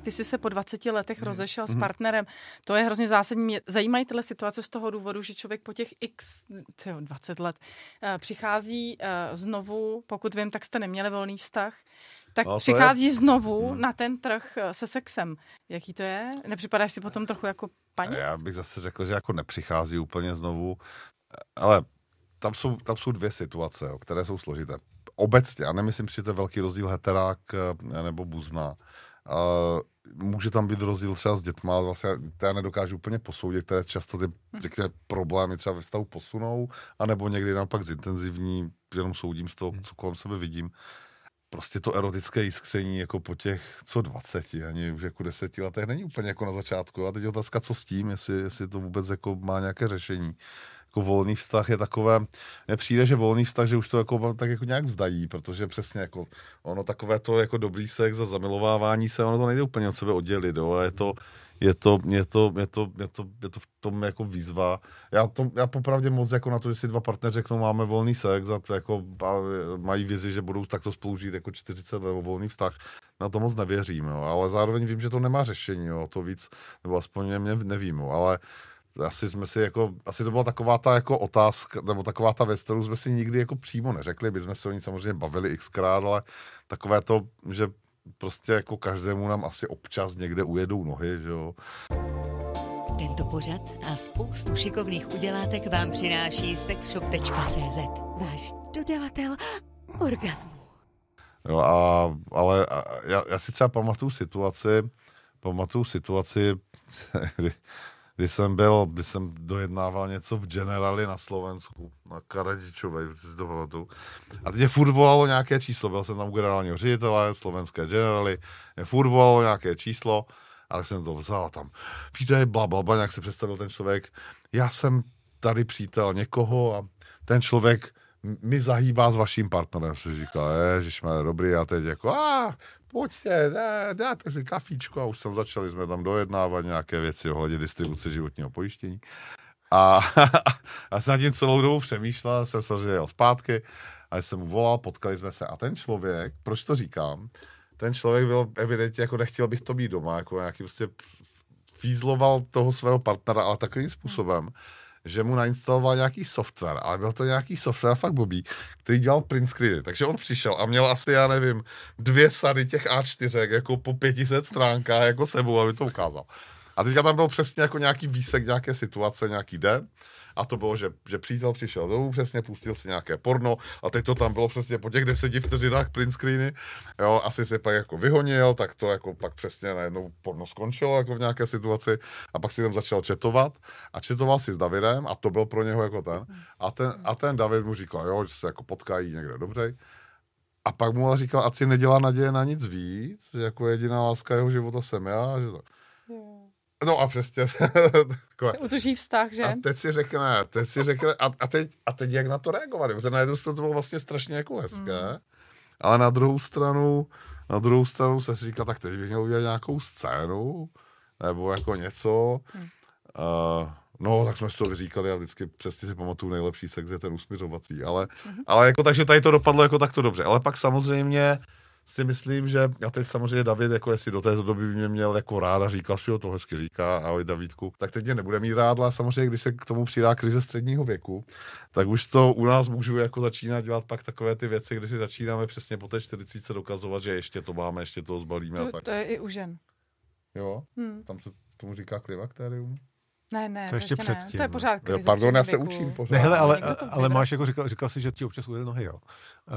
ty jsi se po 20 letech rozešel s partnerem. To je hrozně zásadní. Mě zajímají tyhle situace z toho důvodu, že člověk po těch 20 let přichází znovu, pokud vím, tak jste neměli volný vztah, tak přichází znovu na ten trh se sexem. Jaký to je? Nepřipadáš si potom trochu jako panic? Já bych zase řekl, že jako nepřichází úplně znovu, ale tam jsou dvě situace, které jsou složité. Obecně, já nemyslím, že to je velký rozdíl heterák nebo buzna. Může tam být rozdíl třeba s dětma, vlastně já nedokážu úplně posoudit, které často ty řekněme, problémy třeba ve vztahu posunou, anebo někdy naopak zintenzivní, jenom soudím z toho, co kolem sebe vidím. Prostě to erotické jiskření jako po těch 20, ani už jako 10 letech není úplně jako na začátku. A teď je otázka, co s tím, jestli to vůbec jako má nějaké řešení. Jako volný vztah je takové, mně přijde, že volný vztah, že už to jako, tak jako nějak vzdají, protože přesně jako ono takové to jako dobrý sex a zamilovávání se, ono to nejde úplně od sebe oddělit, jo, je to v tom jako výzva. Já popravdě moc jako na to, že si dva partneři řeknou, máme volný sex a to jako mají vizi, že budou takto spolu žít jako 40 let nebo volný vztah, na to moc nevěřím, jo, ale zároveň vím, že to nemá řešení, jo, to víc, nebo aspoň mě nevím, jo, ale asi to byla taková ta jako otázka, nebo taková ta věc, kterou jsme si nikdy jako přímo neřekli, bychom se o ní samozřejmě bavili xkrát, ale takové to, že prostě jako každému nám asi občas někde ujedou nohy, že jo. Tento pořad a spoustu šikovných udělátek vám přináší sexshop.cz. Váš dodavatel orgasmu. Jo, ale já si třeba pamatuju situaci, kdy jsem dojednával něco v Generali na Slovensku, na Karadžičovej, si to pamatuju. A teď mě furt volalo nějaké číslo, byl jsem tam u generálního ředitele, slovenské Generali, mě furt volalo nějaké číslo, a tak jsem to vzal a tam, víte, blablabla, nějak se představil ten člověk, já jsem tady přítel někoho a ten člověk mi zahýbá s vaším partnerem, což říkal, ježišmarja, dobrý, a teď jako, pojďte, dáte si kafíčko a už jsme tam dojednávat nějaké věci ohledně distribuce životního pojištění. A jsem nad tím celou dobu přemýšlel, jsem samozřejmě jel zpátky a jsem mu volal, potkali jsme se a ten člověk, proč to říkám, ten člověk byl evidentně, jako nechtěl bych to být doma, jako nějaký prostě fízloval toho svého partnera, ale takovým způsobem, že mu nainstaloval nějaký software, ale byl to nějaký software fakt blbý, který dělal print screeny. Takže on přišel a měl asi, já nevím, 2 sady těch A4, jako po 500 stránkách, jako sebou, aby to ukázal. A teďka tam byl přesně jako nějaký výsek, nějaké situace, nějaký den. A to bylo, že přítel přišel domů, přesně pustil si nějaké porno a teď to tam bylo přesně po těch 10 vteřinách print screeny. Jo, asi se pak jako vyhonil, tak to jako pak přesně najednou porno skončilo jako v nějaké situaci a pak si tam začal četovat a četoval si s Davidem a to byl pro něho jako ten. A ten David mu říkal, jo, že se jako potkají někde dobře. A pak mu ale říkal, ať si nedělá naděje na nic víc, že jako jediná láska jeho života jsem já, že to... No a přesně. Utuží vztah, že? A teď si řekne, a teď jak na to reagovat? Protože na jednu stranu to bylo vlastně strašně jako hezké, ale na druhou stranu se si říkal, tak teď bych měl udělat nějakou scénu, nebo jako něco. No, tak jsme si to vyříkali a vždycky přesně si pamatuju, nejlepší sex je ten usmiřovací, ale jako takže tady to dopadlo jako takto dobře. Ale pak samozřejmě si myslím, že a teď samozřejmě David, jako jestli do této doby mě měl jako rád a říkal si, to hezky říká, ahoj Davidku, tak teď mě nebude mít rád, ale samozřejmě, když se k tomu přidá krize středního věku, tak už to u nás můžu jako začínat dělat pak takové ty věci, kdy si začínáme přesně po té 40 dokazovat, že ještě to máme, ještě to zbalíme. A tak. To je i u žen. Jo? Tam se tomu říká klimakterium? Ne, to ještě předtím. To je pořád krize. Pardon, já se učím pořád. Ne, hele, ale máš jako říkal si, že ti občas ujede nohy, jo.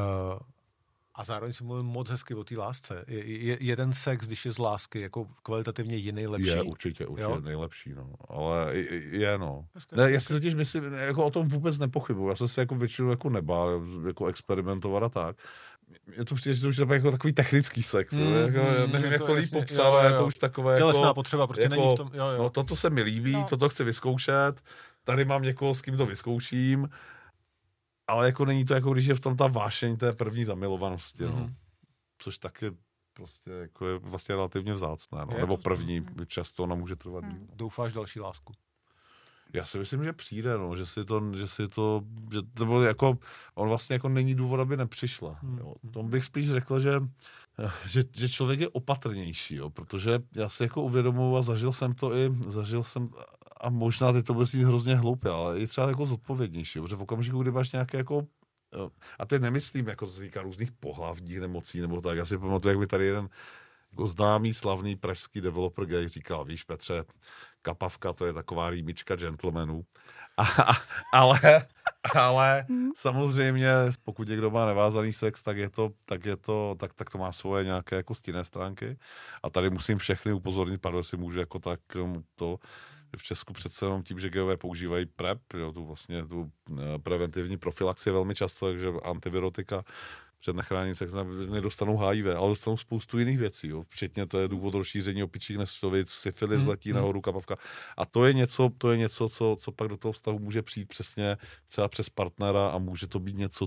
A zároveň si mluvil moc hezky o té lásce. Je ten sex, když je z lásky, jako kvalitativně jiný, lepší? Je určitě nejlepší, no. Ale je, no. Ne, já si totiž myslím, jako o tom vůbec nepochybuji. Já jsem se jako většinou jako nebál, jako experimentovat a tak. Je to přijde, že to už je jako takový technický sex. Nevím, jak to líp popsat, ale je to už takové tělesná jako, potřeba, prostě jako, není v tom. Jo. No, toto se mi líbí, toto chci vyzkoušet. Tady mám někoho, s kým to vyzkouším. Ale jako není to, jako když je v tom ta vášeň té první zamilovanosti, no. Což taky prostě jako je vlastně relativně vzácné, no. Nebo první, často ona může trvat díl. Doufáš další lásku? Já si myslím, že přijde, no, že to bylo jako, on vlastně jako není důvod, aby nepřišla. Jo. Tom bych spíš řekl, že člověk je opatrnější, jo, protože já si jako uvědomuji a zažil jsem a možná teď to bude znít hrozně hloupě, ale je třeba jako zodpovědnější, protože v okamžiku, kdy máš nějaké jako, a teď nemyslím, jako se týká různých pohlavních nemocí nebo tak, já si pamatuju, jak mi tady jeden jako známý, slavný pražský developer gay říkal, víš Petře, kapavka, to je taková rýmička gentlemanů. Ale samozřejmě, pokud někdo má nevázaný sex, tak to má svoje nějaké jako stinné stránky. A tady musím všechny upozornit, pardon, jestli můžu jako tak to, v Česku přece jenom tím, že gayové používají PrEP, jo, tu preventivní profilaxi velmi často, takže antivirotika před nechráněným sexem nedostanou HIV, ale dostanou spoustu jiných věcí. Jo. Včetně to je důvod rozšíření opičích nestovic, syfilis letí nahoru, kapavka. A to je něco, co pak do toho vztahu může přijít přesně třeba přes partnera a může to být něco,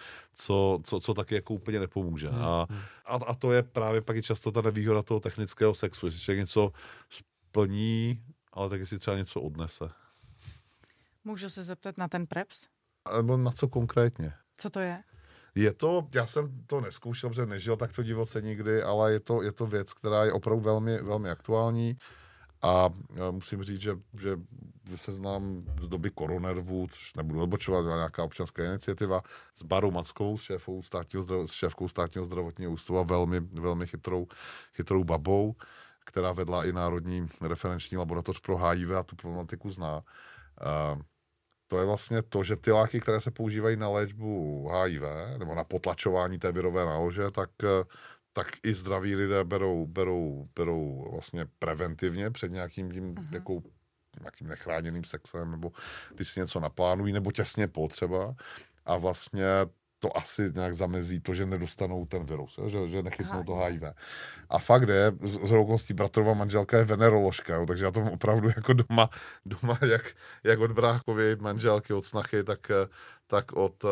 co taky jako úplně nepomůže. A to je právě pak i často ta nevýhoda toho technického sexu. Jestli člověk něco splní, ale taky si třeba něco odnese. Můžu se zeptat na ten PrEPS? Nebo na co konkrétně? Co to je? Já jsem to neskoušel, protože nežil takto divoce nikdy, ale je to věc, která je opravdu velmi, velmi aktuální a musím říct, že se znám z doby koronervu, což nebudu odbočovat, nějaká občanská iniciativa s Barou Mackovou, šéfkou státního zdravotního ústavu a velmi, velmi chytrou babou, která vedla i Národní referenční laboratoř pro HIV a tu problematiku zná. To je vlastně to, že ty léky, které se používají na léčbu HIV nebo na potlačování té virové nálože, tak i zdraví lidé berou vlastně preventivně před nějakým nějakým nechráněným sexem, nebo když si něco naplánují, nebo těsně potřeba. A vlastně to asi nějak zamezí to, že nedostanou ten virus, že nechytnou to HIV. A fakt je, z okolností bratrova manželka je veneroložka, jo, takže já to mám opravdu jako doma jak od bráchovy manželky, od snachy, tak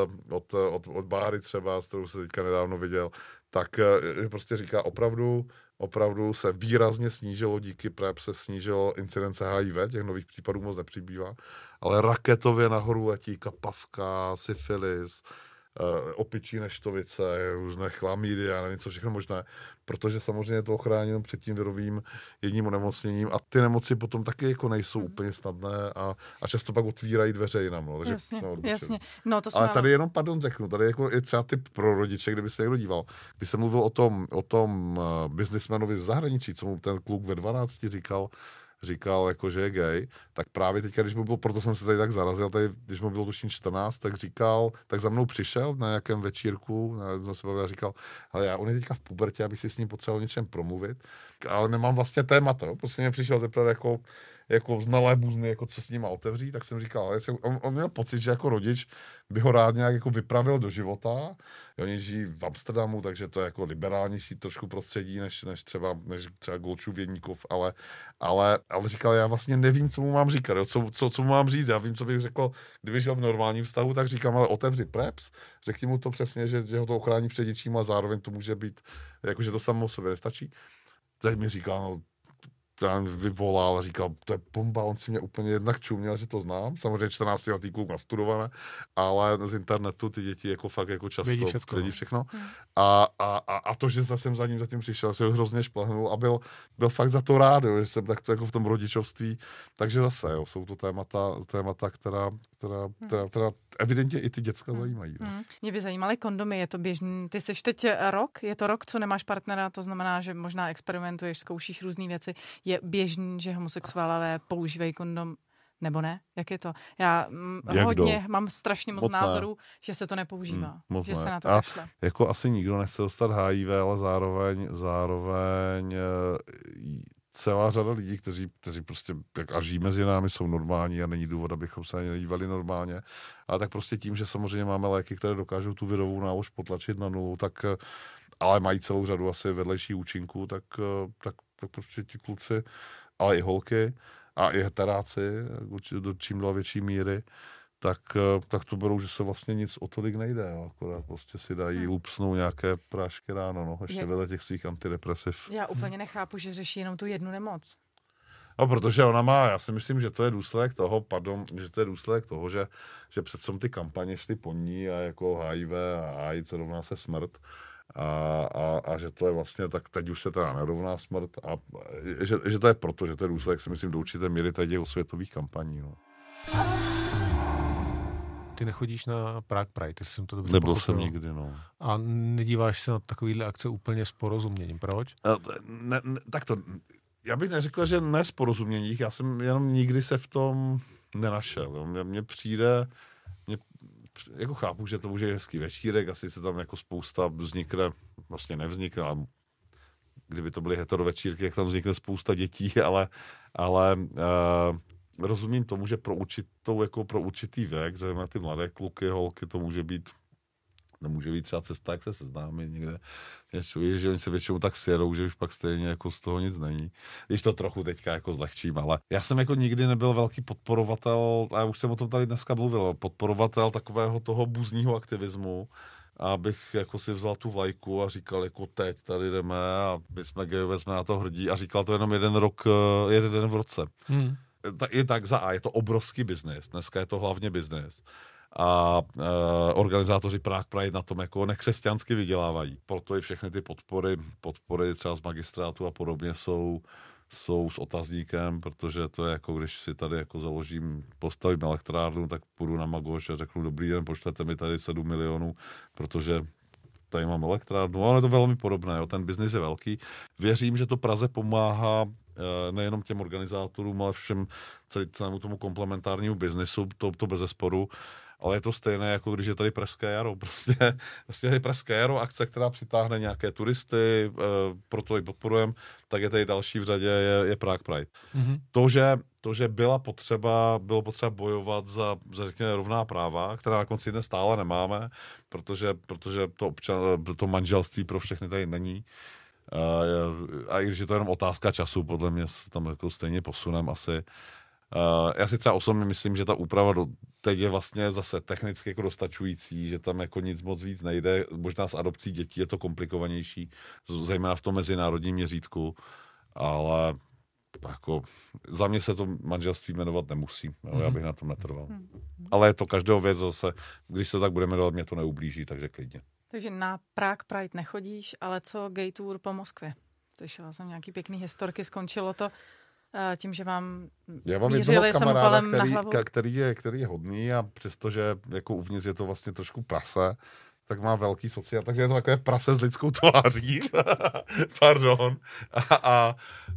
od Báry třeba, s kterou se teďka nedávno viděl, tak prostě říká opravdu se výrazně snížilo, díky PrEP se snížilo incidence HIV, těch nových případů moc nepřibývá, ale raketově nahoru letí kapavka, syfilis, opičí neštovice, různé chlamydia, nevím co všechno možné, protože samozřejmě to ochrání jenom před tím virovým jedním onemocněním a ty nemoci potom taky jako nejsou úplně snadné a často pak otvírají dveře jinam. No, takže jasně. No, to ale tady jenom, řeknu, tady jako je třeba typ pro rodiče, kdyby se někdo díval. Když jsem mluvil o tom biznismenovi z zahraničí, co mu ten kluk ve 12 říkal, jako, že je gay, tak právě teďka, když mu byl, proto jsem se tady tak zarazil, když mu bylo tuším 14, tak za mnou přišel na nějakém večírku, a říkal, ale on je teďka v pubertě, abych si s ním potřeboval o něčem promluvit, ale nemám vlastně témata, jo? Prostě mě přišel zeptat jako znalé buzny, jako co s ním má otevřít, tak jsem říkal, ale on měl pocit, že jako rodič by ho rád nějak jako vypravil do života. Oni žijí v Amsterdamu, takže to je jako liberálnější trošku prostředí, než třeba Golčův Vědníkov, ale říkal, já vlastně nevím, co mu mám říkat, jo? Co mu mám říct, já vím, co bych řekl, kdyby žil v normálním vztahu, tak říkám, ale otevři PrEPS, řekni mu to přesně, že ho to ochrání před něčím a zároveň to může být, jakože to samo o sobě nestačí. Teď mi říkal, no, vyvolal a říkal, to je bomba, on si mě úplně jednak čuměl, že to znám, samozřejmě 14letý kluk nastudované, ale z internetu ty děti jako fakt jako často vědí všechno. A to, že jsem za ním přišel, se ho hrozně šplhnul a byl fakt za to rád, jo, že jsem takto jako v tom rodičovství, takže zase, jo, jsou to témata, která evidentně i ty děcka zajímají. Mě by zajímaly kondomy, je to běžný, ty jsi teď je to rok, co nemáš partnera, to znamená, že možná experimentuješ, zkoušíš různé věci. Je běžný, že homosexuálové používají kondom, nebo ne? Jak je to? Já mám strašně moc názorů, že se to nepoužívá, že se na to kašle. Jako asi nikdo nechce dostat HIV, ale zároveň celá řada lidí, kteří prostě a žijí mezi námi, jsou normální a není důvod, abychom se ani nedívali normálně. Ale tak prostě tím, že samozřejmě máme léky, které dokážou tu virovou nálož potlačit na nulu, tak ale mají celou řadu asi vedlejších účinků, tak prostě ti kluci, ale i holky a i heteráci do čím dál větší míry, tak to berou, že se vlastně nic o tolik nejde. Akorát prostě si dají lupsnou nějaké prášky ráno, ještě vedle těch svých antidepresiv. Já úplně nechápu, že řeší jenom tu jednu nemoc. No, protože ona má, já si myslím, že to je důsledek toho, že přece ty kampaně šly po ní a jako HIV a AIDS co rovná se smrt. A že to je vlastně, tak teď už se teda nerovná smrt a že to je proto, že to je důsledek, si myslím, do určité míry tady osvětových kampaní. No. Ty nechodíš na Prague Pride, jestli jsem to dobře Nebyl pochopil. jsem nikdy, no. A nedíváš se na takovýhle akce úplně s porozuměním. Proč? Tak to, já bych neřekl, že ne s porozuměních, já jsem jenom nikdy se v tom nenašel. Mně přijde, jako chápu, že to může být hezký večírek, asi se tam jako spousta vznikne, vlastně nevznikne, ale kdyby to byly hetero večírky, jak tam vznikne spousta dětí, ale rozumím tomu, že pro určitý věk, zejména ty mladé kluky, holky, to může být třeba cesta, jak se seznámit někde. Že oni se většinou tak sjedou, že už pak stejně jako z toho nic není. Když to trochu teďka jako zlehčím, ale já jsem jako nikdy nebyl velký podporovatel, a já už jsem o tom tady dneska mluvil, podporovatel takového toho buzního aktivismu, abych jako si vzal tu vlajku a říkal jako teď tady jdeme a my jsme gejové, jsme na to hrdí a říkal to jenom jeden den v roce. I tak je to obrovský biznis, dneska je to hlavně biznis. A organizátoři Prague Pride na tom jako nekřesťansky vydělávají. Proto i všechny ty podpory třeba z magistrátu a podobně jsou s otazníkem, protože to je jako, když si tady jako postavím elektrárnu, tak půjdu na Magoš a řeknu, dobrý den, pošlete mi tady 7 milionů, protože tady mám elektrárnu, ale je to velmi podobné, jo. Ten biznis je velký. Věřím, že to Praze pomáhá nejenom těm organizátorům, ale celému tomu komplementárnímu biznisu, to bezesporu. Ale je to stejné, jako když je tady Pražské jaro. Prostě je Pražské jaro, akce, která přitáhne nějaké turisty, proto ji podporujeme, tak je tady další v řadě, je Prague Pride. Mm-hmm. To, že bylo potřeba bojovat za řekněme, rovná práva, která na konci dne stále nemáme, protože to manželství pro všechny tady není. A i když je to jenom otázka času, podle mě se tam jako stejně posunem asi. Já si třeba osobně myslím, že ta úprava teď je vlastně zase technicky jako dostačující, že tam jako nic moc víc nejde. Možná s adopcí dětí je to komplikovanější, zejména v tom mezinárodním měřítku, ale jako za mě se to manželství jmenovat nemusí. Já bych na tom netrval. Ale je to každého věc zase, když se to tak budeme dělat, mě to neublíží, takže klidně. Takže na Prague Pride nechodíš, ale co gay tour po Moskvě? Slyšela jsem nějaký pěkný historky, skončilo to tím, že vám mířili samopalem na hlavu. Který je hodný a přestože jako uvnitř je to vlastně trošku prase, tak má velký sociál, takže je to takové prase s lidskou tváří. Pardon. A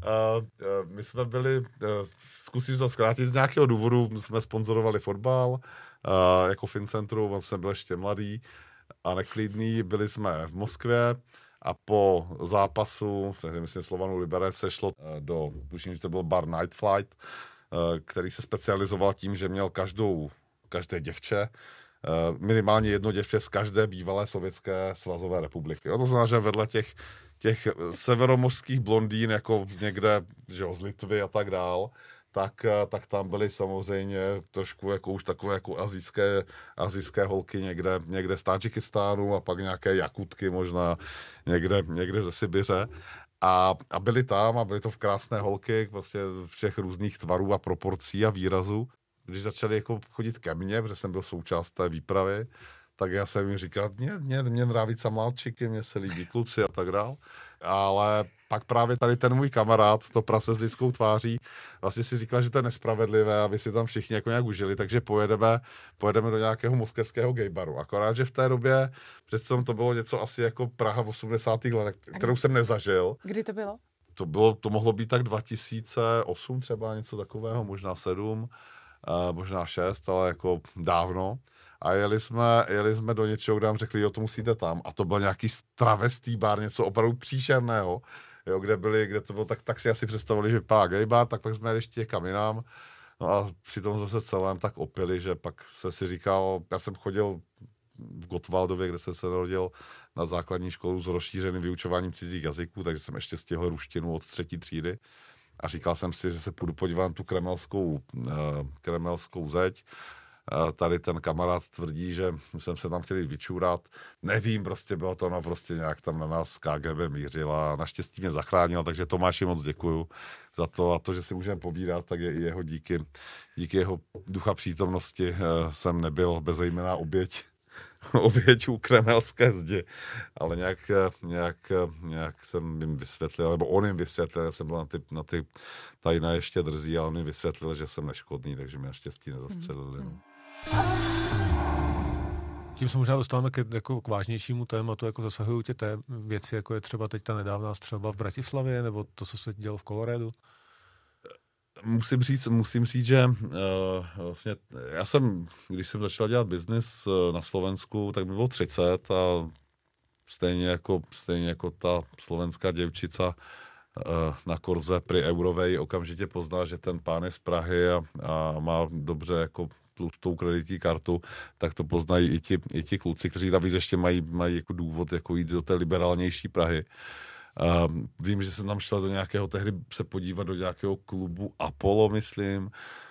my jsme byli, zkusím to zkrátit, z nějakého důvodu jsme sponzorovali fotbal, jako Fincentrum, jsme byli ještě mladí a neklidný, byli jsme v Moskvě a po zápasu, myslím Slovanu Liberec, se šlo tuším, že to byl bar Night Flight, který se specializoval tím, že měl každé děvče, minimálně jedno děvče z každé bývalé sovětské svazové republiky. To znamená, že vedle těch severomořských blondýn, jako někde, že z Litvy a tak dál, tak tam byly samozřejmě trošku jako už takové jako asijské holky někde z Tadžikistánu a pak nějaké Jakutky možná někde ze Sibiře. A byly tam a byly to krásné holky prostě všech různých tvarů a proporcí a výrazů. Když začali jako chodit ke mně, protože jsem byl součást té výpravy, tak já jsem jim říkal, mě nráví mladčiky, mně se líbí kluci a tak dál. Ale pak právě tady ten můj kamarád, to prase s lidskou tváří, vlastně si říkal, že to je nespravedlivé, aby si tam všichni jako nějak užili, takže pojedeme do nějakého moskevského gaybaru. Akorát, že v té době, přece to bylo něco asi jako Praha v 80. letech, kterou jsem nezažil. Kdy to bylo? To mohlo být tak 2008 třeba, něco takového, možná 7, možná 6, ale jako dávno. A jeli jsme do něčeho, kde nám řekli, jo, to musíte tam. A to byl nějaký travestý bar, něco opravdu příšerného, jo, kde to bylo, tak si asi představili, že vypadá gay bar, tak pak jsme jeli ještě kam jinam. No a při tom zase celém tak opili, že pak se si říkal, já jsem chodil v Gottwaldově, kde jsem se narodil, na základní školu s rozšířeným vyučováním cizích jazyků, takže jsem ještě stihl ruštinu od 3. třídy. A říkal jsem si, že se půjdu podívat tu kremelskou zeď. tady ten kamarád tvrdí, že jsem se tam chtěl vyčůrat. Nevím, prostě bylo to, prostě nějak tam na nás KGB mířila a naštěstí mě zachránil, takže Tomáši moc děkuju za to a to, že si můžeme povídat, tak je i jeho díky jeho ducha přítomnosti jsem nebyl bezejmenná oběť u kremelské zdi, ale nějak jsem jim vysvětlil, nebo on jim vysvětlil, já jsem byl na ty tajné ještě drzí, ale on jim vysvětlil, že jsem neškodný, takže mě naštěstí nezastřelili. Tím se možná dostáváme k vážnějšímu tématu, jako zasahují tě té věci, jako je třeba teď ta nedávná střelba v Bratislavě, nebo to, co se dělo v Coloradu? Musím říct, že vlastně já jsem, když jsem začal dělat biznis na Slovensku, tak mi bylo 30 a stejně jako ta slovenská děvčica na korze pri Eurovej okamžitě pozná, že ten pán je z Prahy a má dobře jako tou kreditní kartu, tak to poznají i ti kluci, kteří navíc ještě mají jako důvod jako jít do té liberálnější Prahy. Vím, že jsem tam šel do nějakého, tehdy se podívat do nějakého klubu Apollo, myslím.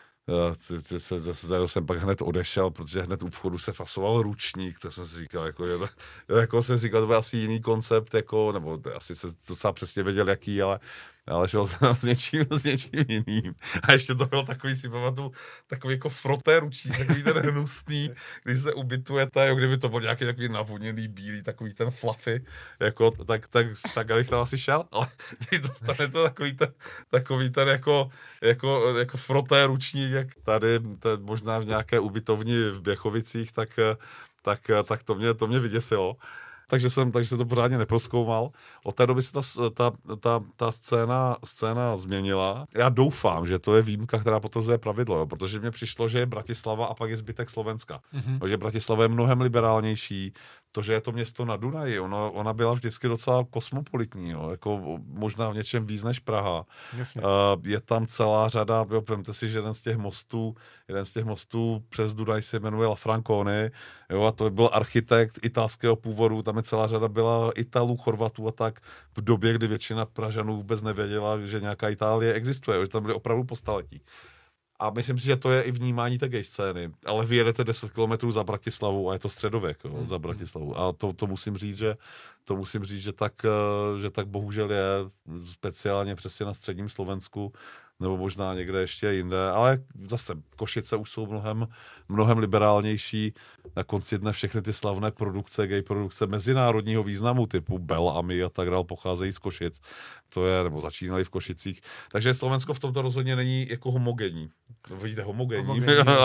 Jsem pak hned odešel, protože hned u vchodu se fasoval ručník, tak jsem si říkal, to byl asi jiný koncept, nebo asi se docela přesně věděl, jaký, ale šel jsem tam s něčím jiným. A ještě to byl takový, si pamatuju, takový jako froté ručník, takový ten hnusný, když se ubytujete, kdyby to byl nějaký takový navoněný bílý, takový ten fluffy, tak abych tam asi šel, ale když dostanete takový ten jako froté ručník, jak tady, možná v nějaké ubytovni v Běchovicích, tak to mě vyděsilo. Takže jsem to pořádně neprozkoumal. Od té doby se ta scéna změnila. Já doufám, že to je výjimka, která potvrzuje pravidlo, jo, protože mně přišlo, že je Bratislava a pak je zbytek Slovenska. Mm-hmm. Že Bratislava je mnohem liberálnější. To, že je to město na Dunaji, ona byla vždycky docela kosmopolitní, jo, jako možná v něčem víc než Praha. Je tam celá řada, vemte si, že jeden z těch mostů přes Dunaj se jmenuje La Francone, jo, a to byl architekt italského původu, tam je celá řada byla Italů, Chorvatů a tak v době, kdy většina Pražanů vůbec nevěděla, že nějaká Itálie existuje, že tam byly opravdu po staletí. A myslím si, že to je i vnímání té gay scény. Ale vy jedete 10 kilometrů za Bratislavou a je to středověk, jo, za Bratislavou. A to musím říct, že tak bohužel je speciálně přesně na středním Slovensku, nebo možná někde ještě jinde, ale zase Košice už jsou mnohem liberálnější. Na konci dne všechny ty slavné produkce, gay produkce mezinárodního významu typu Bell a My a tak dál pocházejí z Košic. Nebo začínali v Košicích. Takže Slovensko v tomto rozhodně není jako homogenní. Vidíte, homogenní.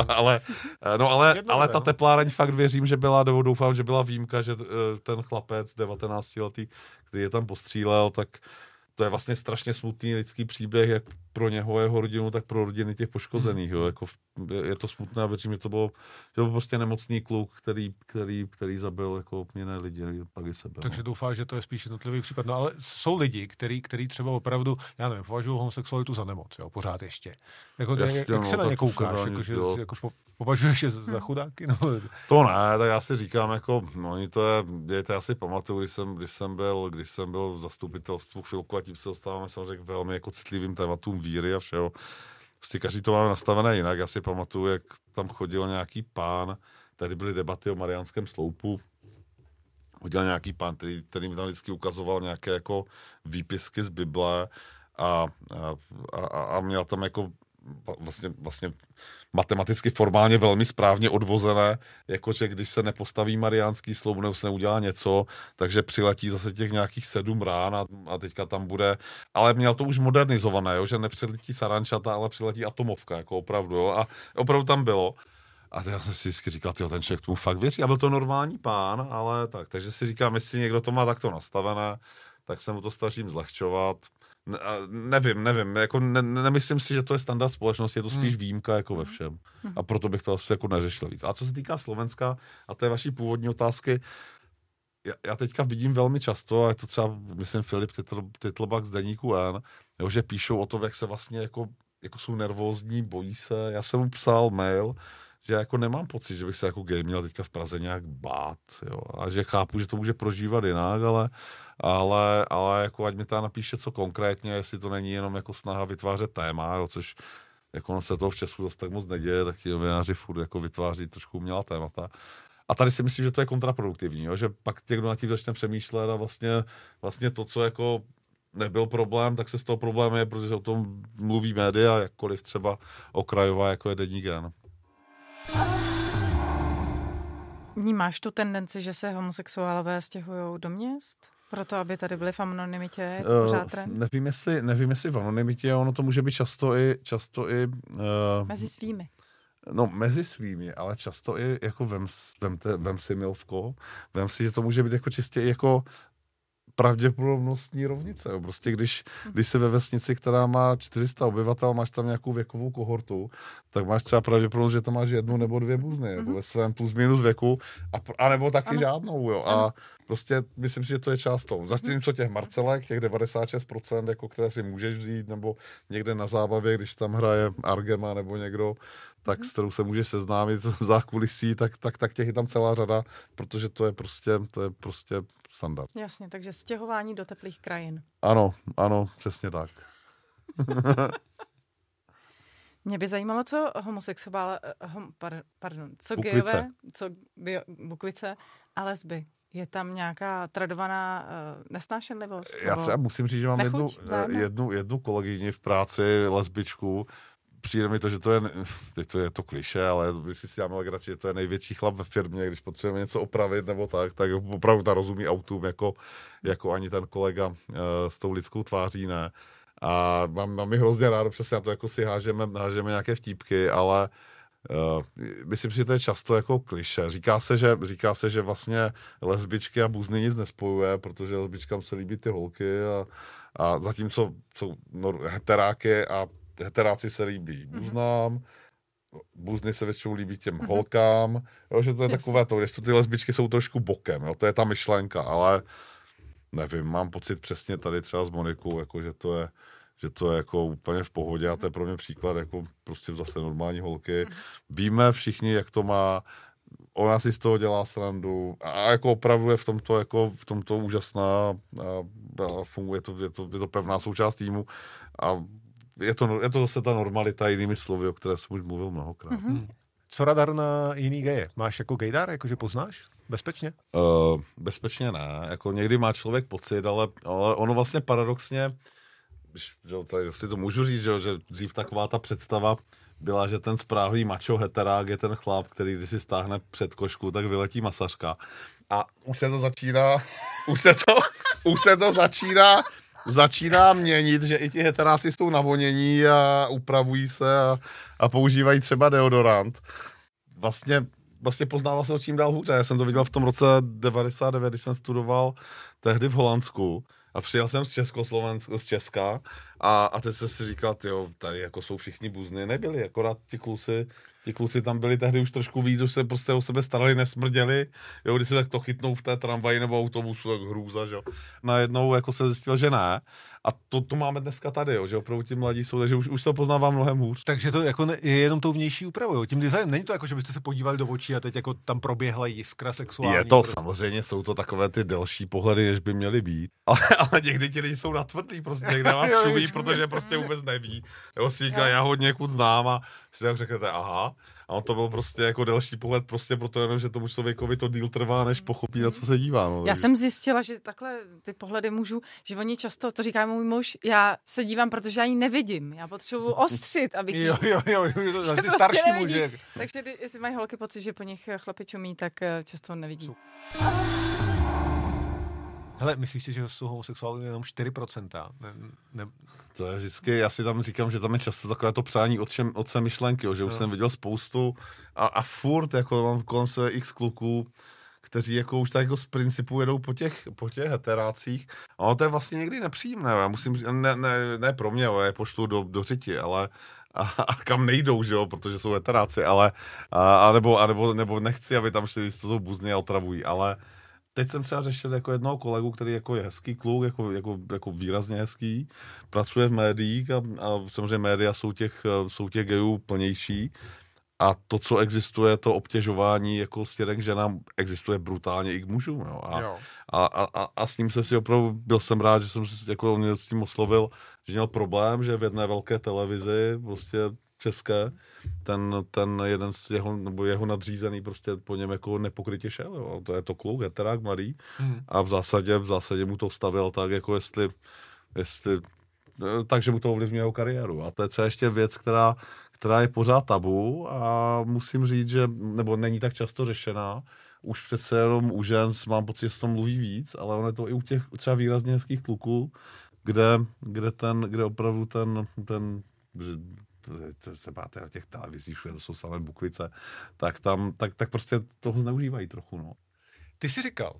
ale ta tepláreň fakt věřím, že byla, nebo doufám, že byla výjimka, že ten chlapec 19letý, který je tam postřílel, tak to je vlastně strašně smutný lidský příběh, jak pro něho, jeho rodinu, tak pro rodiny těch poškozených. Jo. Jako je to smutné a věřím, že to byl prostě nemocný kluk, který zabil jako jiné lidi, pak i sebe. Takže doufám, že to je spíš jednotlivý případ. No ale jsou lidi, který třeba opravdu, já nevím, považují homosexualitu za nemoc, jo, pořád ještě. Jak se na ně koukáš? Považuješ je za chudáky? No. To ne, tak já si říkám, oni to je asi pamatuju, když jsem byl v zastupitelstvu chvilku a tím se dostáváme samozřejmě k velmi jako citlivým tématům víry a všeho. Prostě každý to máme nastavené jinak. Já si pamatuju, jak tam chodil nějaký pán, tady byly debaty o Mariánském sloupu, chodil nějaký pán, který mi tam vždycky ukazoval nějaké jako výpisky z Bible a měl tam jako vlastně matematicky formálně velmi správně odvozené, jakože když se nepostaví Mariánský sloup nebo se neudělá něco, takže přiletí zase těch nějakých 7 rán a teďka tam bude, ale měl to už modernizované, jo, že nepřiletí sarančata, ale přiletí atomovka, jako opravdu, jo, a opravdu tam bylo. A já jsem si vždycky říkal, ten člověk tomu fakt věří. A byl to normální pán, ale tak. Takže si říkám, jestli někdo to má takto nastavené, tak se mu to snažím zlehčovat. Nevím, jako nemyslím si, že to je standard společnosti, je to spíš výjimka jako ve všem. A proto bych to asi jako neřešil víc. A co se týká Slovenska a té vaší původní otázky, já teďka vidím velmi často, a je to třeba, myslím, Filip Titlbach z Deníku N, že píšou o tom, jak se vlastně jako jsou nervózní, bojí se. Já jsem mu psal mail, že jako nemám pocit, že bych se jako gay měl teďka v Praze nějak bát, jo, a že chápu, že to může prožívat jinak, ale jako ať mi tam napíše co konkrétně, jestli to není jenom jako snaha vytvářet téma, jo, což jako se toho v Česku zase tak moc neděje, tak ti novináři furt jako vytváří trošku umělá témata. A tady si myslím, že to je kontraproduktivní, jo? Že pak někdo na tím začne přemýšlet a vlastně to, co jako nebyl problém, tak se z toho problém je, protože o tom mluví média, jakkoliv třeba okrajová, jako je Deník N. Vnímáš tu tendenci, že se homosexuálové stěhují do měst? Proto, aby tady byli v anonymitě? Je to pořád trend? Nevím, jestli v anonymitě, ono to může být často i mezi svými. No, mezi svými, ale často i jako vem si milvko, vem si, že to může být jako čistě jako pravděpodobnostní rovnice. Jo. Prostě když jsi ve vesnici, která má 400 obyvatel, máš tam nějakou věkovou kohortu, tak máš třeba pravděpodobnost, že tam máš 1 nebo 2 buzny, jako ve svém plus minus věku, a nebo taky žádnou. Jo. A prostě myslím si, že to je část toho. Zatímco těch Marcelek, těch 96%, jako které si můžeš vzít, nebo někde na zábavě, když tam hraje Argema nebo někdo, tak s kterou se můžeš seznámit v zákulisí, tak těch je tam celá řada, protože to je prostě standard. Jasně, takže stěhování do teplých krajin. Ano, přesně tak. Mě by zajímalo, co homosexuál, co gejové, Bukvice a lesby. Je tam nějaká tradovaná nesnášenlivost? Já třeba musím říct, že mám jednu kolegyni v práci, lesbičku. Přijde mi to, že to je to klišé, ale když si dáme legraci, že to je největší chlap ve firmě, když potřebujeme něco opravit nebo tak opravdu ta rozumí autům, jako ani ten kolega s tou lidskou tváří ne. A mám mi hrozně rád, přesně na to jako si hážeme nějaké vtípky, ale myslím si, že to je často jako klišé. Říká se, že vlastně lesbičky a buzny nic nespojuje, protože lesbičkám se líbí ty holky a zatímco heteráky a heteráci se líbí buznám, buzny se většinou líbí těm holkám, jo, že to je takové to, když ty lesbičky jsou trošku bokem, jo, to je ta myšlenka, ale nevím, mám pocit přesně tady třeba s Monikou, jako, že to je jako úplně v pohodě a to je pro mě příklad jako prostě zase normální holky. Víme všichni, jak to má, ona si z toho dělá srandu a jako opravdu je v tomto úžasná a funguje je to pevná součást týmu a je to zase ta normalita, jinými slovy, o které jsem už mluvil mnohokrát. Co radar na jiný geje? Máš jako gejdar, jakože poznáš? Bezpečně? Bezpečně ne. Jako někdy má člověk pocit, ale ono vlastně paradoxně, jestli to můžu říct, že dřív taková ta představa byla, že ten správný macho heterák je ten chlap, který když si stáhne před košku, tak vyletí masařka. A už se to začíná měnit, že i ti heteráci jsou navonění a upravují se a používají třeba deodorant. Vlastně poznává se o čím dál hůře. Já jsem to viděl v tom roce 99, když jsem studoval tehdy v Holandsku a přijel jsem z Česka a teď jsem si říkal, tyjo, tady jako jsou všichni buzny, nebyli, akorát ti kluci tam byli tehdy už trošku víc, už se prostě o sebe starali, nesmrděli, jo, když se tak to chytnou v té tramvaji nebo autobusu, tak hrůza, že jo. Najednou jako se zjistil, že ne. A to máme dneska tady, jo, že opravdu ti mladí jsou, takže už to poznává mnohem hůř. Takže to jako je jenom tou vnější úpravou, tím designem. Není to jako, že byste se podívali do očí a teď jako tam proběhla jiskra sexuální. Je to, samozřejmě jsou to takové ty delší pohledy, než by měly být. Ale někdy ti lidi jsou natvrdlí, prostě někde vás čuví, protože prostě vůbec neví. Jo, si říká, já ho někud znám a si tak řeknete, aha. A on to byl prostě jako delší pohled, prostě proto jenom, že tomu člověkovi to díl trvá, než pochopí, na co se dívá. No. Já jsem zjistila, že takhle ty pohledy můžu, že oni často, to říká můj muž, já se dívám, protože já ji nevidím. Já potřebuji ostřit, abych ji... Jo, to je starší muž. Takže jestli mají holky pocit, že po nich chlapi čumí, tak často nevidí. Hele, myslíš si, že jsou homosexuálů jenom 4%? To je vždycky, já si tam říkám, že tam je často takové to přání otce myšlenky, jo, že už jsem viděl spoustu a furt jako mám kolem sebe x kluků, kteří jako už tak jako z principu jedou po těch heterácích. A to je vlastně někdy nepříjemné, já musím, ne pro mě, já je pošlu do řiti, ale a kam nejdou, že jo, protože jsou heteráci, ale nebo nechci, aby tam šli, to jsou buzny a otravují, ale teď jsem třeba řešil jako jednoho kolegu, který jako je hezký kluk, jako výrazně hezký, pracuje v médiích a samozřejmě média jsou těch gejů plnější a to, co existuje, to obtěžování jako stěrek ženám, existuje brutálně i k mužům. Jo. A s ním se si opravdu, byl jsem rád, že jsem jako s tím oslovil, že měl problém, že v jedné velké televizi prostě české, ten jeden z jeho nadřízený prostě po něm jako nepokrytě šel, jo. To je to kluk, heterák, mladý, a v zásadě mu to stavil tak, jako jestli takže mu to ovlivňuje jeho kariéru. A to je třeba ještě věc, která je pořád tabu a musím říct, že, nebo není tak často řešená, už přece jenom u žen mám pocit, že se to mluví víc, ale ono je to i u těch třeba výrazně hezkých kluků, kde opravdu ten se máte na těch televizích, to jsou samé bukvice, tak prostě toho zneužívají trochu, no. Ty jsi říkal,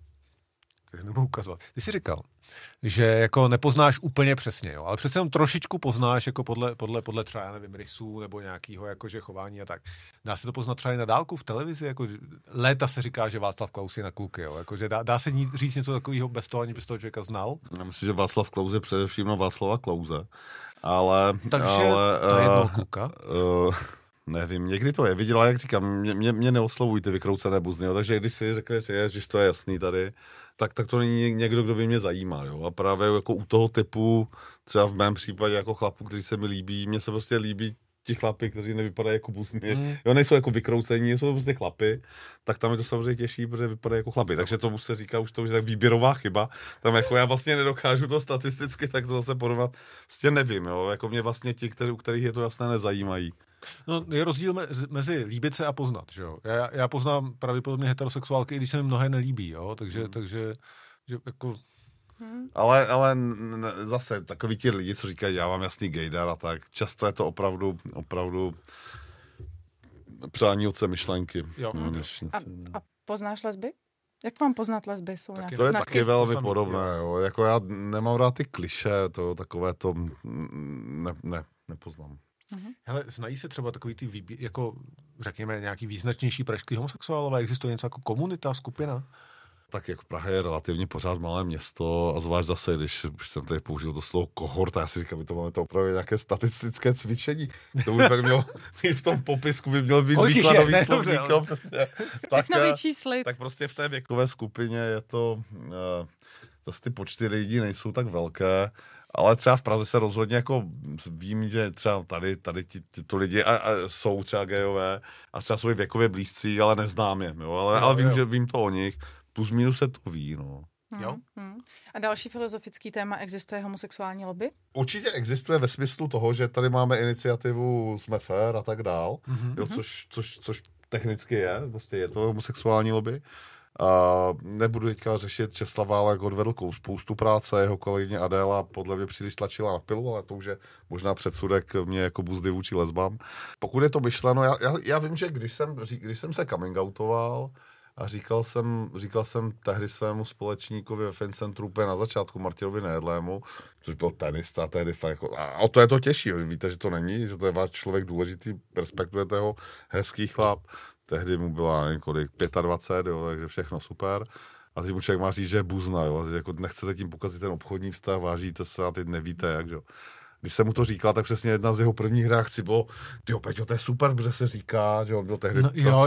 že jako nepoznáš úplně přesně, jo, ale přece jenom trošičku poznáš jako podle třeba, já nevím, rysů nebo nějakého jakože chování a tak. Dá se to poznat třeba i na dálku v televizi, jako léta se říká, že Václav Klaus je na kluky, jo, jakože dá se říct něco takového bez toho, ani bez toho člověka znal? Já myslím, že Václav Klaus je především na Václava Klause, ale... Takže na jednoho kluka? Nevím, někdy to je. Viděla, jak říkám, mě neoslovují ty vykroucené buzny, jo, takže když si řekneš, že to je jasný tady, tak to není někdo, kdo by mě zajímal, jo. A právě jako u toho typu, třeba v mém případě jako chlapů, kteří se mi líbí, mně se prostě líbí ti chlapi, kteří nevypadají jako buzny, jo, nejsou jako vykroucení, jsou prostě chlapy, tak tam je to samozřejmě těžší, protože vypadají jako chlapy. Takže tomu se říká už to, že tak výběrová chyba. Tam jako já vlastně nedokážu to statisticky, tak to zase porovnat. Prostě nevím, jo, jako mě vlastně ti, u kterých je to jasné, nezajímají. No, je rozdíl mezi líbit se a poznat, že jo. Já poznám pravděpodobně heterosexuálky, i když se mi mnohé nelíbí, jo, takže že jako... Ale zase takový ti lidi, co říkají, já mám jasný gaydar a tak, často je to opravdu přání otce myšlenky. Jo. A poznáš lesby? Jak mám poznat lesby? Jsou to je taky velmi podobné, jo. Jako já nemám rád ty klišé, to takové to nepoznám. Hele, znají se třeba takový ty jako řekněme nějaký význačnější pražský homosexuálové? Existuje něco jako komunita, skupina? Tak jako Praha je relativně pořád malé město a zvlášť zase, když už jsem tady použil to slovo kohort, a já si říkám, že to máme to opravdu nějaké statistické cvičení. To by tak mělo být v tom popisku, by měl být výkladový slovník. Tak prostě v té věkové skupině je to, zase ty počty lidí nejsou tak velké, ale třeba v Praze se rozhodně jako vím, že třeba tady tito lidi jsou třeba gejové a třeba jsou věkově blízcí, ale neznám je, jo? Ale vím, že vím to o nich. Plus minus se to ví, no. Jo? A další filozofický téma, existuje homosexuální lobby? Určitě existuje ve smyslu toho, že tady máme iniciativu Jsme fair a tak dál, jo, což technicky je, prostě je to homosexuální lobby. A nebudu teďka řešit, Česlav Válek odvedl spoustu práce, jeho kolegyně Adéla podle mě příliš tlačila na pilu, ale to už je možná předsudek mě jako buzdy vůči lesbám. Pokud je to myšleno, já vím, že když jsem se coming outoval, a říkal jsem tehdy svému společníkovi ve Fincentru úplně na začátku, Martinovi Nejedlému, což byl tenista, tehdy jako, a o to je to těžší, víte, že to není, že to je váš člověk důležitý, respektujete ho, hezký chlap, tehdy mu byla několik 25, jo, takže všechno super. A teď mu člověk má říct, že je buzna, jo, a jako nechcete tím pokazit ten obchodní vztah, vážíte se a teď nevíte jak, jo. Když jsem mu to říkal, tak přesně jedna z jeho prvních reakcí bylo, tyjo, Peťo, to je super, protože se říká, že on byl tehdy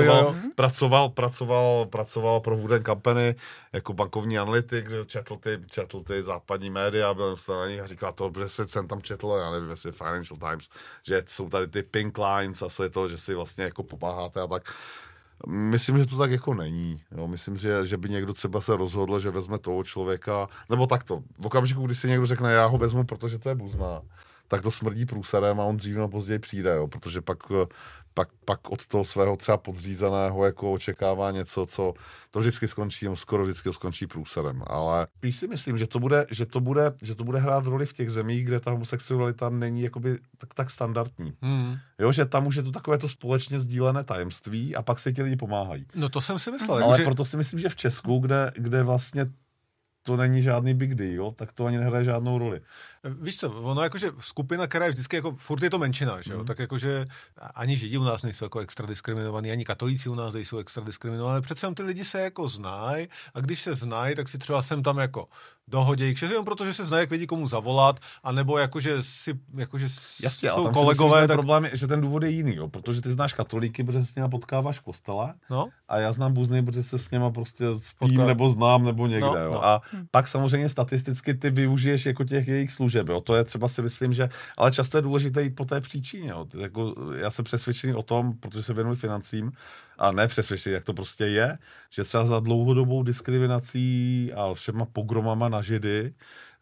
pracoval pro Wooden Company jako bankovní analytik, že četl ty západní média, byl na nich a říkal to, že jsem tam četl, já nevím, jestli Financial Times, že jsou tady ty pink lines a je to, že si vlastně jako pomáháte a tak. Myslím, že to tak jako není. Jo. Myslím, že by někdo třeba se rozhodl, že vezme toho člověka, nebo takto. V okamžiku, kdy si někdo řekne, já ho vezmu, protože to je buzna, tak to smrdí průserem a on dřív nebo později přijde, jo, protože pak od toho svého třeba podřízeného jako očekává něco, co to vždycky skončí, skoro vždycky skončí průserem. Ale spíš si myslím, že to bude hrát roli v těch zemích, kde ta homosexualita není jakoby tak standardní. Jo, že tam už je to takové to společně sdílené tajemství a pak se ti lidi pomáhají. No to jsem si myslel. Ale proto si myslím, že v Česku, kde vlastně to není žádný big deal, tak to ani nehraje žádnou roli. Víš co, ono jakože skupina, která je vždycky jako, furt je to menšina, že jo, tak jakože ani Židi u nás nejsou jako extra diskriminovaní, ani katolíci u nás nejsou extra diskriminovaní, ale přece ty lidi se jako znají a když se znají, tak si třeba sem tam jako dohodějí kšeho, jenom protože se znají, jak vědí komu zavolat, anebo jakože jasně, jsou ale tam kolegové. Myslím, že ten problém je, že ten důvod je jiný, jo, protože ty znáš katolíky, protože se s něma potkáváš v kostele, a já znám buzny, protože se s něma prostě spím, nebo znám, nebo někde, jo. Pak samozřejmě statisticky ty využiješ jako těch jejich služeb, jo. To je třeba si myslím, že, ale často je důležité jít po té příčině, jo. Jako, já jsem přesvědčený o tom, protože se věnuji financím, a ne přesvědčený, jak to prostě je, že třeba za dlouhodobou diskriminací a všema pogromama na Židy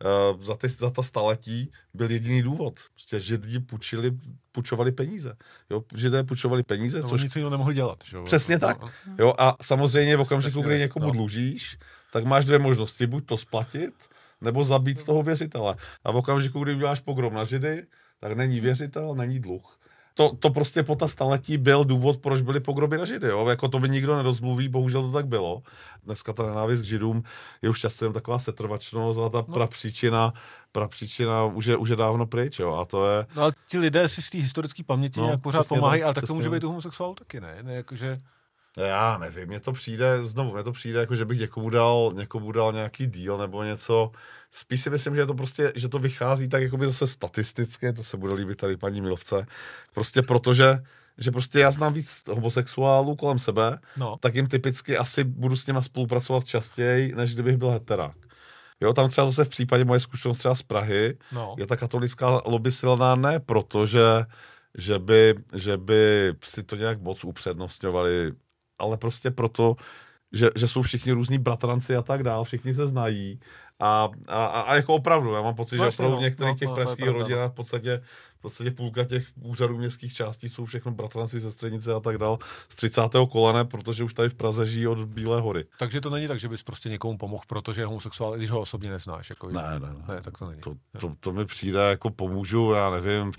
za ta staletí byl jediný důvod. Prostě Židi půjčovali peníze. Jo, Židé půjčovali peníze, což nic jiného nemohli dělat. Že? Přesně tak. Jo, a samozřejmě v okamžiku, kdy někomu dlužíš, tak máš dvě možnosti. Buď to splatit, nebo zabít toho věřitele. A v okamžiku, kdy uděláš pogrom na Židy, tak není věřitel, není dluh. To prostě po ta staletí byl důvod, proč byly pogromy na Židy. Jo? Jako to by nikdo nerozmluví, bohužel to tak bylo. Dneska ta nenávist k Židům je už často jen taková setrvačnost, ale ta prapříčina už je dávno pryč. Jo? A to je... No a ti lidé si z té historické paměti nějak pořád pomáhají, ale tak to může být u homosexuálů taky, ne? Jakože... Já nevím, mně to přijde, jako že bych někomu dal nějaký deal nebo něco. Spíš si myslím, že je to prostě, že to vychází tak jakoby zase statisticky, to se bude líbit tady paní Milvce, prostě protože, že prostě já znám víc homosexuálů kolem sebe, tak jim typicky asi budu s nima spolupracovat častěji, než kdybych byl heterák. Jo, tam třeba zase v případě moje zkušenost třeba z Prahy je ta katolická lobby silná ne proto, že by si to nějak moc upřednostňovali, ale prostě proto, že jsou všichni různí bratranci a tak dál, všichni se znají a jako opravdu, já mám pocit, že opravdu v některých těch pražských rodinách v podstatě půlka těch úřadů městských částí jsou všechno bratranci, sestřenice a tak dál z 30. kolene, protože už tady v Praze žijí od Bílé hory. Takže to není tak, že bys prostě někomu pomohl, protože je homosexuál, když ho osobně neznáš. Jako ne, tak to není. To mi přijde jako pomůžu, já nevím,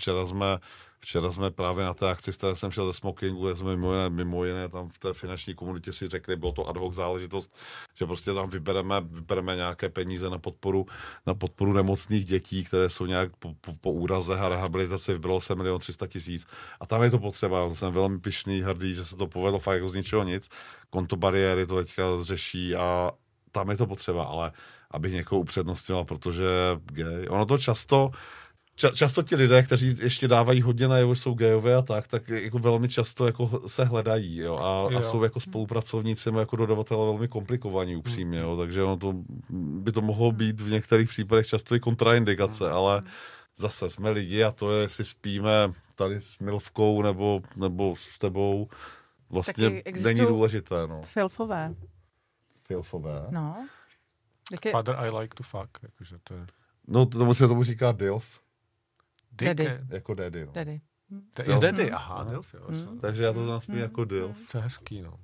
Včera jsme právě na té akci, z které jsem šel ze smokingu, jsme mimo jiné tam v té finanční komunitě si řekli, bylo to ad hoc záležitost, že prostě tam vybereme nějaké peníze na podporu nemocných dětí, které jsou nějak po úrazech a rehabilitaci, vybralo se 1 300 000 a tam je to potřeba. Jsem velmi pyšný, hrdý, že se to povedlo fakt jako z ničeho nic. Kontobariéry to teďka řeší a tam je to potřeba, ale abych někoho upřednostnil, protože gay. Ono to často ti lidé, kteří ještě dávají hodně najevo, jsou gejové a tak jako velmi často jako se hledají, jo, a jsou jako spolupracovníci, jako dodavatelé velmi komplikovaní upřímně, jo, takže ono by to mohlo být v některých případech často i kontraindikace, ale zase jsme lidi a to je, jestli spíme tady s Milvkou nebo s tebou, vlastně není důležité, no. Filfové. No. Father I like to fuck, jakože to je... No, tomu říká DILF. Daddy. Jako daddy, no. Daddy. Daddy, aha, DILF, jo. Takže já to znám spíš jako DILF. To je hezký, no.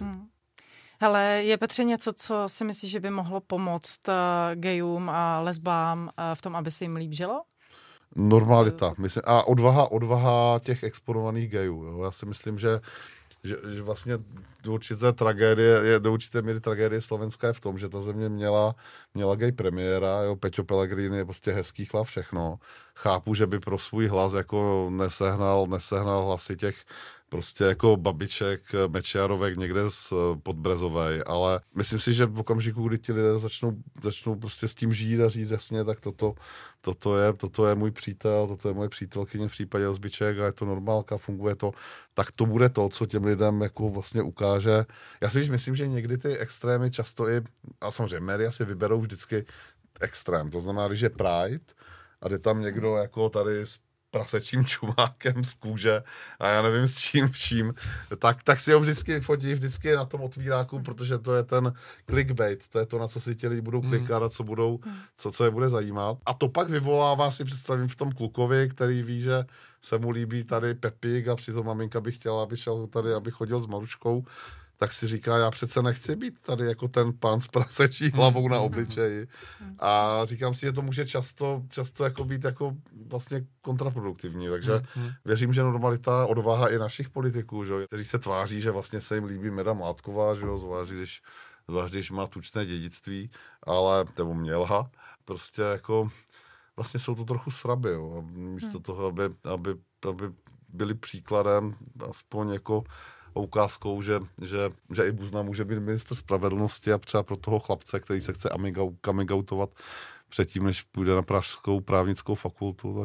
Hele, je Petře něco, co si myslíš, že by mohlo pomoct gayům a lesbám v tom, aby se jim líp žilo? Normalita. Myslím, a odvaha těch exponovaných gayů. Jo. Já si myslím, že vlastně do určité míry tragédie slovenská je v tom, že ta země měla gay premiéra, jo, Peťo Pellegrini je prostě hezký chlap, všechno. Chápu, že by pro svůj hlas jako nesehnal hlasy těch prostě jako babiček, Mečiarovek někde z Podbrezovej, ale myslím si, že v okamžiku, kdy ti lidé začnou prostě s tím žít a říct jasně, tak toto je můj přítel, toto je moje přítelkyně v případě lesbiček a je to normálka, funguje to, tak to bude to, co těm lidem jako vlastně ukáže. Já si myslím, že někdy ty extrémy často a samozřejmě média si vyberou vždycky extrém, to znamená, když je Pride a jde tam někdo jako tady prasečím čumákem z kůže a já nevím s čím, tak si ho vždycky fotí, vždycky je na tom otvíráku, protože to je ten clickbait, to je to, na co si ti lidi budou klikat a co je bude zajímat. A to pak vyvolává, si představím, v tom klukovi, který ví, že se mu líbí tady Pepík a přitom maminka by chtěla, aby šel tady, aby chodil s Maruškou, tak si říká, já přece nechci být tady jako ten pán s prasečí hlavou na obličeji. A říkám si, že to může často jako být jako vlastně kontraproduktivní. Takže věřím, že normalita, odvaha i našich politiků, že, kteří se tváří, že vlastně se jim líbí Meda Mládková, že, zvlášť když má tučné dědictví, ale nebo měla, prostě jako vlastně jsou to trochu sraby. Jo. A místo toho, aby byli příkladem, aspoň jako ukázkou, že i Buzna může být ministr spravedlnosti a třeba pro toho chlapce, který se chce coming outovat předtím, než půjde na pražskou právnickou fakultu,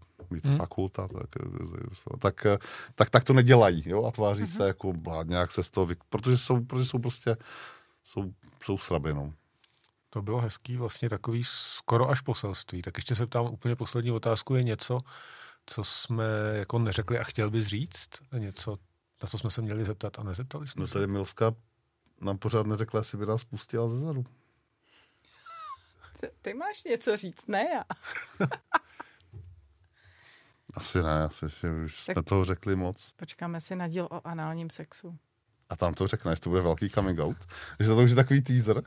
tak to nedělají, jo, a tváří se jako nějak se z toho, protože jsou prostě srabinou. To bylo hezký, vlastně takový skoro až poselství. Tak ještě se ptám úplně poslední otázku. Je něco, co jsme jako neřekli a chtěl bys říct? Něco, na co jsme se měli zeptat a nezeptali jsme no se? Tady Milvka nám pořád neřekla, jestli by nás pustila ze zadu. Ty máš něco říct, ne já. Asi ne, asi už jsme toho řekli moc. Počkáme si na díl o análním sexu. A tam to řekneš, to bude velký coming out. Že to už je takový teaser.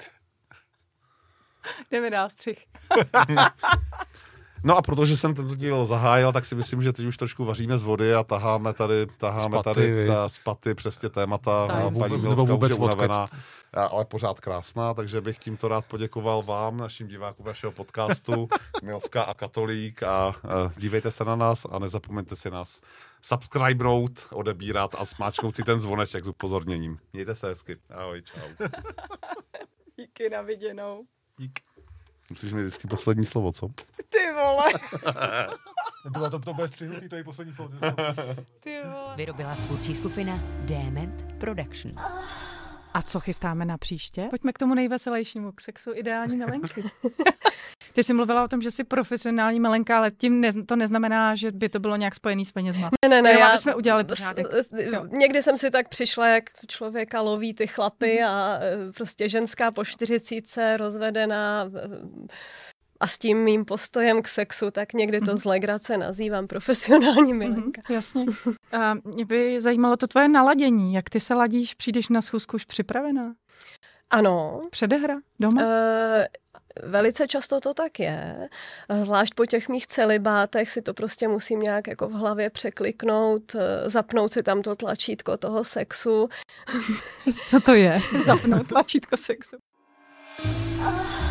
Jdeme dál, střih. No a protože jsem tento díl zahájil, tak si myslím, že teď už trošku vaříme z vody a taháme tady z paty přesně témata. Paní Milvka už je unavená, ale pořád krásná, takže bych tímto rád poděkoval vám, našim divákům našeho podcastu, Milvka a Katolík, a dívejte se na nás a nezapomeňte si nás subscribenout, odebírat a smáčknout si ten zvoneček s upozorněním. Mějte se hezky. Ahoj, čau. Díky, na viděnou. Dík. Musíš mít vždycky poslední slovo, co? Ty vole. To bude střihnutý, to je poslední slovo. Ty vole. Vyrobila tvůrčí skupina Dement Production. A co chystáme na příště? Pojďme k tomu nejveselějšímu, k sexu ideální milenky. Ty jsi mluvila o tom, že jsi profesionální milenka, ale tím to neznamená, že by to bylo nějak spojený s penězma. Ne, já jsme udělali pořádek. Někdy jsem si tak přišla, jak člověka loví ty chlapy a prostě ženská po 40, rozvedená a s tím mým postojem k sexu, tak někdy to z legrace nazývám profesionální milenka. Jasně. A mě by zajímalo to tvoje naladění. Jak ty se ladíš? Přijdeš na schůzku už připravená? Ano. Předehra? Doma? Velice často to tak je. Zvlášť po těch mých celibátech si to prostě musím nějak jako v hlavě překliknout, zapnout si tam to tlačítko toho sexu. Co to je? Zapnout tlačítko sexu.